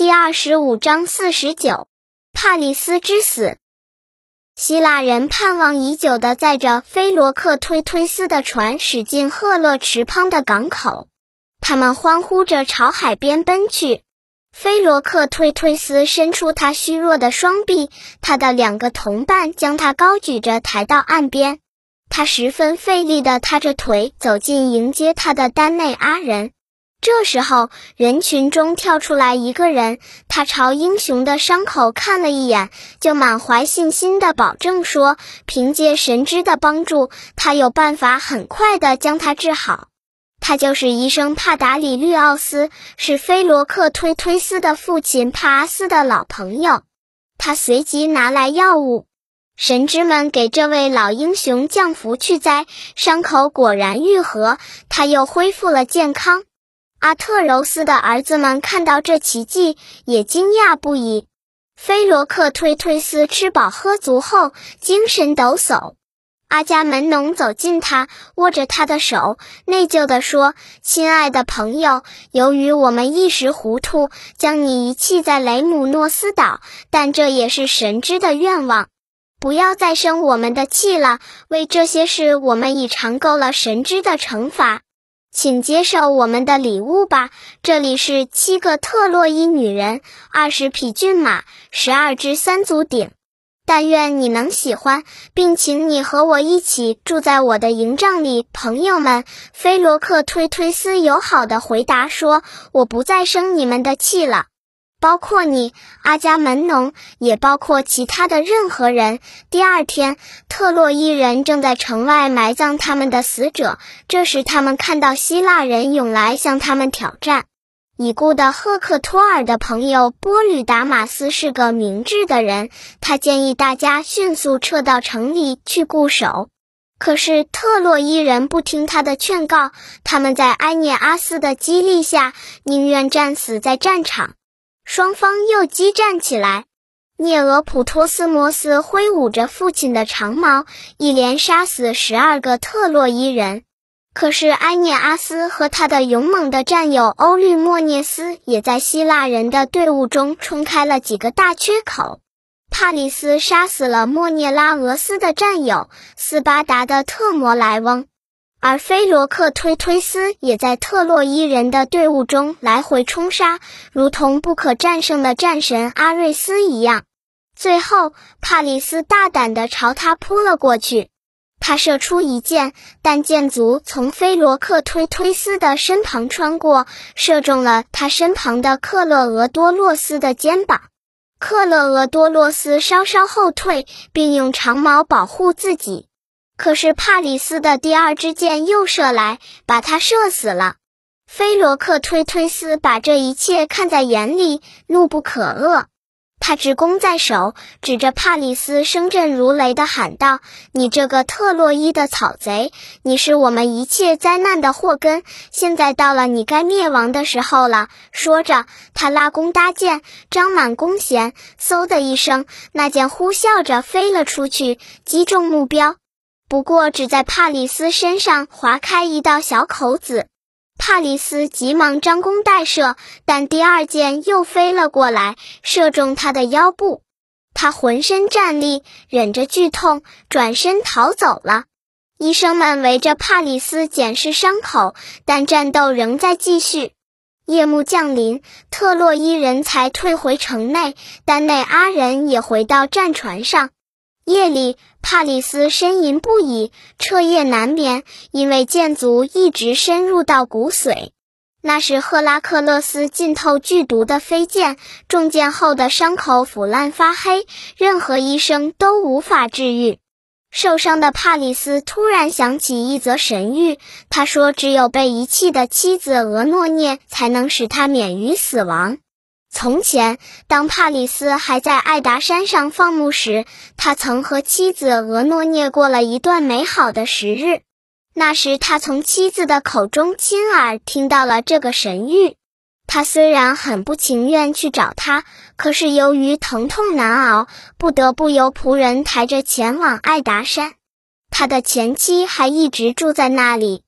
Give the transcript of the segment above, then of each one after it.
第25章49，帕里斯之死。希腊人盼望已久地载着菲罗克忒忒斯的船驶进赫勒池旁的港口，他们欢呼着朝海边奔去。菲罗克忒忒斯伸出他虚弱的双臂，他的2个同伴将他高举着抬到岸边。他十分费力地踏着腿走进迎接他的丹内阿人。这时候，人群中跳出来一个人，他朝英雄的伤口看了一眼，就满怀信心地保证说，凭借神之的帮助，他有办法很快地将他治好。他就是医生帕达里律奥斯，是菲罗克忒忒斯的父亲帕阿斯的老朋友。他随即拿来药物，神之们给这位老英雄降服去灾，伤口果然愈合，他又恢复了健康。阿特柔斯的儿子们看到这奇迹，也惊讶不已。菲罗克忒忒斯吃饱喝足后，精神抖擞。阿伽门农走近他，握着他的手，内疚地说：“亲爱的朋友，由于我们一时糊涂，将你遗弃在雷姆诺斯岛，但这也是神之的愿望。不要再生我们的气了，为这些事我们已尝够了神之的惩罚。请接受我们的礼物吧，这里是7个特洛伊女人，20匹骏马，12只3足鼎。但愿你能喜欢，并请你和我一起住在我的营帐里，朋友们。”菲罗克忒忒斯友好地回答说：“我不再生你们的气了，包括你，阿伽门农，也包括其他的任何人。”第二天，特洛伊人正在城外埋葬他们的死者，这时他们看到希腊人涌来向他们挑战。已故的赫克托尔的朋友波吕达马斯是个明智的人，他建议大家迅速撤到城里去固守。可是特洛伊人不听他的劝告，他们在埃涅阿斯的激励下，宁愿战死在战场。双方又激战起来。涅俄普托斯摩斯挥舞着父亲的长矛，一连杀死12个特洛伊人。可是埃涅阿斯和他的勇猛的战友欧律莫涅斯也在希腊人的队伍中冲开了几个大缺口。帕里斯杀死了莫涅拉俄斯的战友斯巴达的特摩莱翁，而菲罗克忒忒斯也在特洛伊人的队伍中来回冲杀，如同不可战胜的战神阿瑞斯一样。最后，帕里斯大胆地朝他扑了过去。他射出一箭，但箭足从菲罗克忒忒斯的身旁穿过，射中了他身旁的克勒俄多洛斯的肩膀。克勒俄多洛斯稍稍后退，并用长矛保护自己。可是帕里斯的第2支箭又射来，把他射死了。菲罗克忒忒斯把这一切看在眼里，怒不可遏。他执弓在手，指着帕里斯声震如雷地喊道：“你这个特洛伊的草贼，你是我们一切灾难的祸根，现在到了你该灭亡的时候了。”说着，他拉弓搭箭，张满弓弦，嗖的一声，那箭呼啸着飞了出去，击中目标。不过只在帕里斯身上划开一道小口子。帕里斯急忙张弓待射，但第2箭又飞了过来，射中他的腰部。他浑身战栗，忍着剧痛，转身逃走了。医生们围着帕里斯检视伤口，但战斗仍在继续。夜幕降临，特洛伊人才退回城内，丹内阿人也回到战船上。夜里，帕里斯呻吟不已，彻夜难眠，因为箭足一直深入到骨髓。那是赫拉克勒斯浸透剧毒的飞箭，中箭后的伤口腐烂发黑，任何医生都无法治愈。受伤的帕里斯突然想起一则神谕，他说只有被遗弃的妻子俄诺涅才能使他免于死亡。从前，当帕里斯还在艾达山上放牧时，他曾和妻子俄诺涅过了一段美好的时日。那时他从妻子的口中亲耳听到了这个神谕。他虽然很不情愿去找他，可是由于疼痛难熬，不得不由仆人抬着前往艾达山。他的前妻还一直住在那里。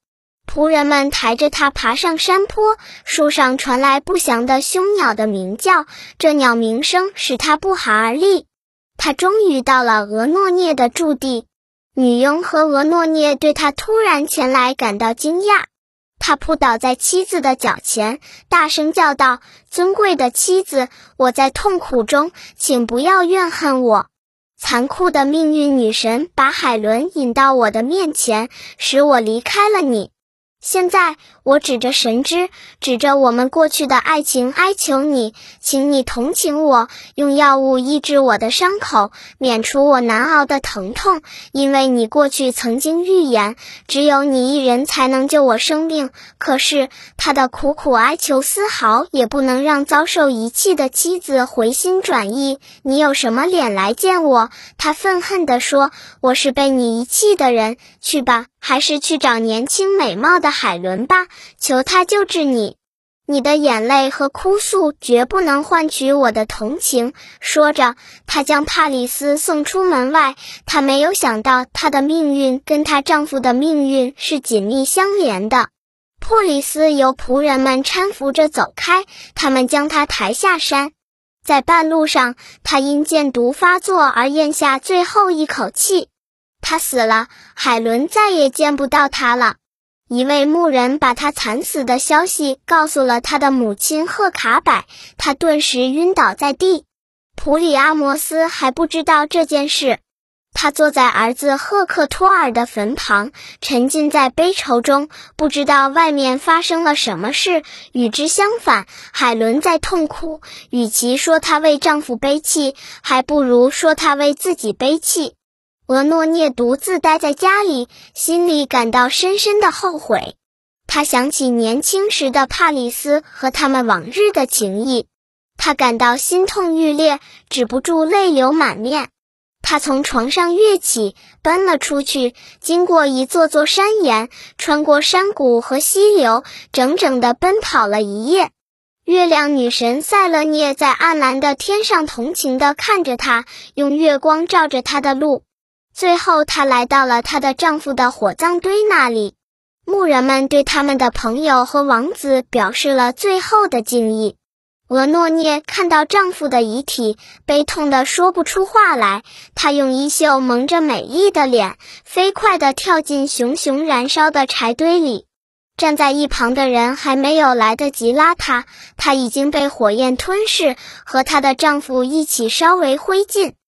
仆人们抬着她爬上山坡，树上传来不祥的凶鸟的鸣叫，这鸟鸣声使她不寒而栗。她终于到了俄诺涅的驻地，女佣和俄诺涅对她突然前来感到惊讶。他扑倒在妻子的脚前，大声叫道：“尊贵的妻子，我在痛苦中，请不要怨恨我。残酷的命运女神把海伦引到我的面前，使我离开了你。现在我指着神之，指着我们过去的爱情哀求你，请你同情我，用药物医治我的伤口，免除我难熬的疼痛，因为你过去曾经预言，只有你一人才能救我生命。可是他的苦苦哀求丝毫也不能让遭受遗弃的妻子回心转意。你有什么脸来见我？他愤恨地说，我是被你遗弃的人，去吧，还是去找年轻美貌的海伦吧，求他救治你。你的眼泪和哭诉绝不能换取我的同情。说着，她将帕里斯送出门外。她没有想到她的命运跟她丈夫的命运是紧密相连的。珀里斯由仆人们搀扶着走开，他们将她抬下山。在半路上，她因箭毒发作而咽下最后一口气。她死了，海伦再也见不到她了。一位牧人把他惨死的消息告诉了他的母亲赫卡柏，他顿时晕倒在地。普里阿摩斯还不知道这件事，他坐在儿子赫克托尔的坟旁，沉浸在悲愁中，不知道外面发生了什么事。与之相反，海伦在痛哭，与其说她为丈夫悲泣，还不如说她为自己悲泣。俄诺涅独自待在家里，心里感到深深的后悔。他想起年轻时的帕里斯和他们往日的情谊，他感到心痛欲裂，止不住泪流满面。他从床上跃起，奔了出去，经过一座座山岩，穿过山谷和溪流，整整地奔跑了一夜。月亮女神塞勒涅在暗蓝的天上同情地看着她，用月光照着她的路。最后她来到了她的丈夫的火葬堆那里，牧人们对他们的朋友和王子表示了最后的敬意。俄诺涅看到丈夫的遗体，悲痛得说不出话来，她用衣袖蒙着美丽的脸，飞快地跳进熊熊燃烧的柴堆里。站在一旁的人还没有来得及拉她，她已经被火焰吞噬，和她的丈夫一起烧为灰烬。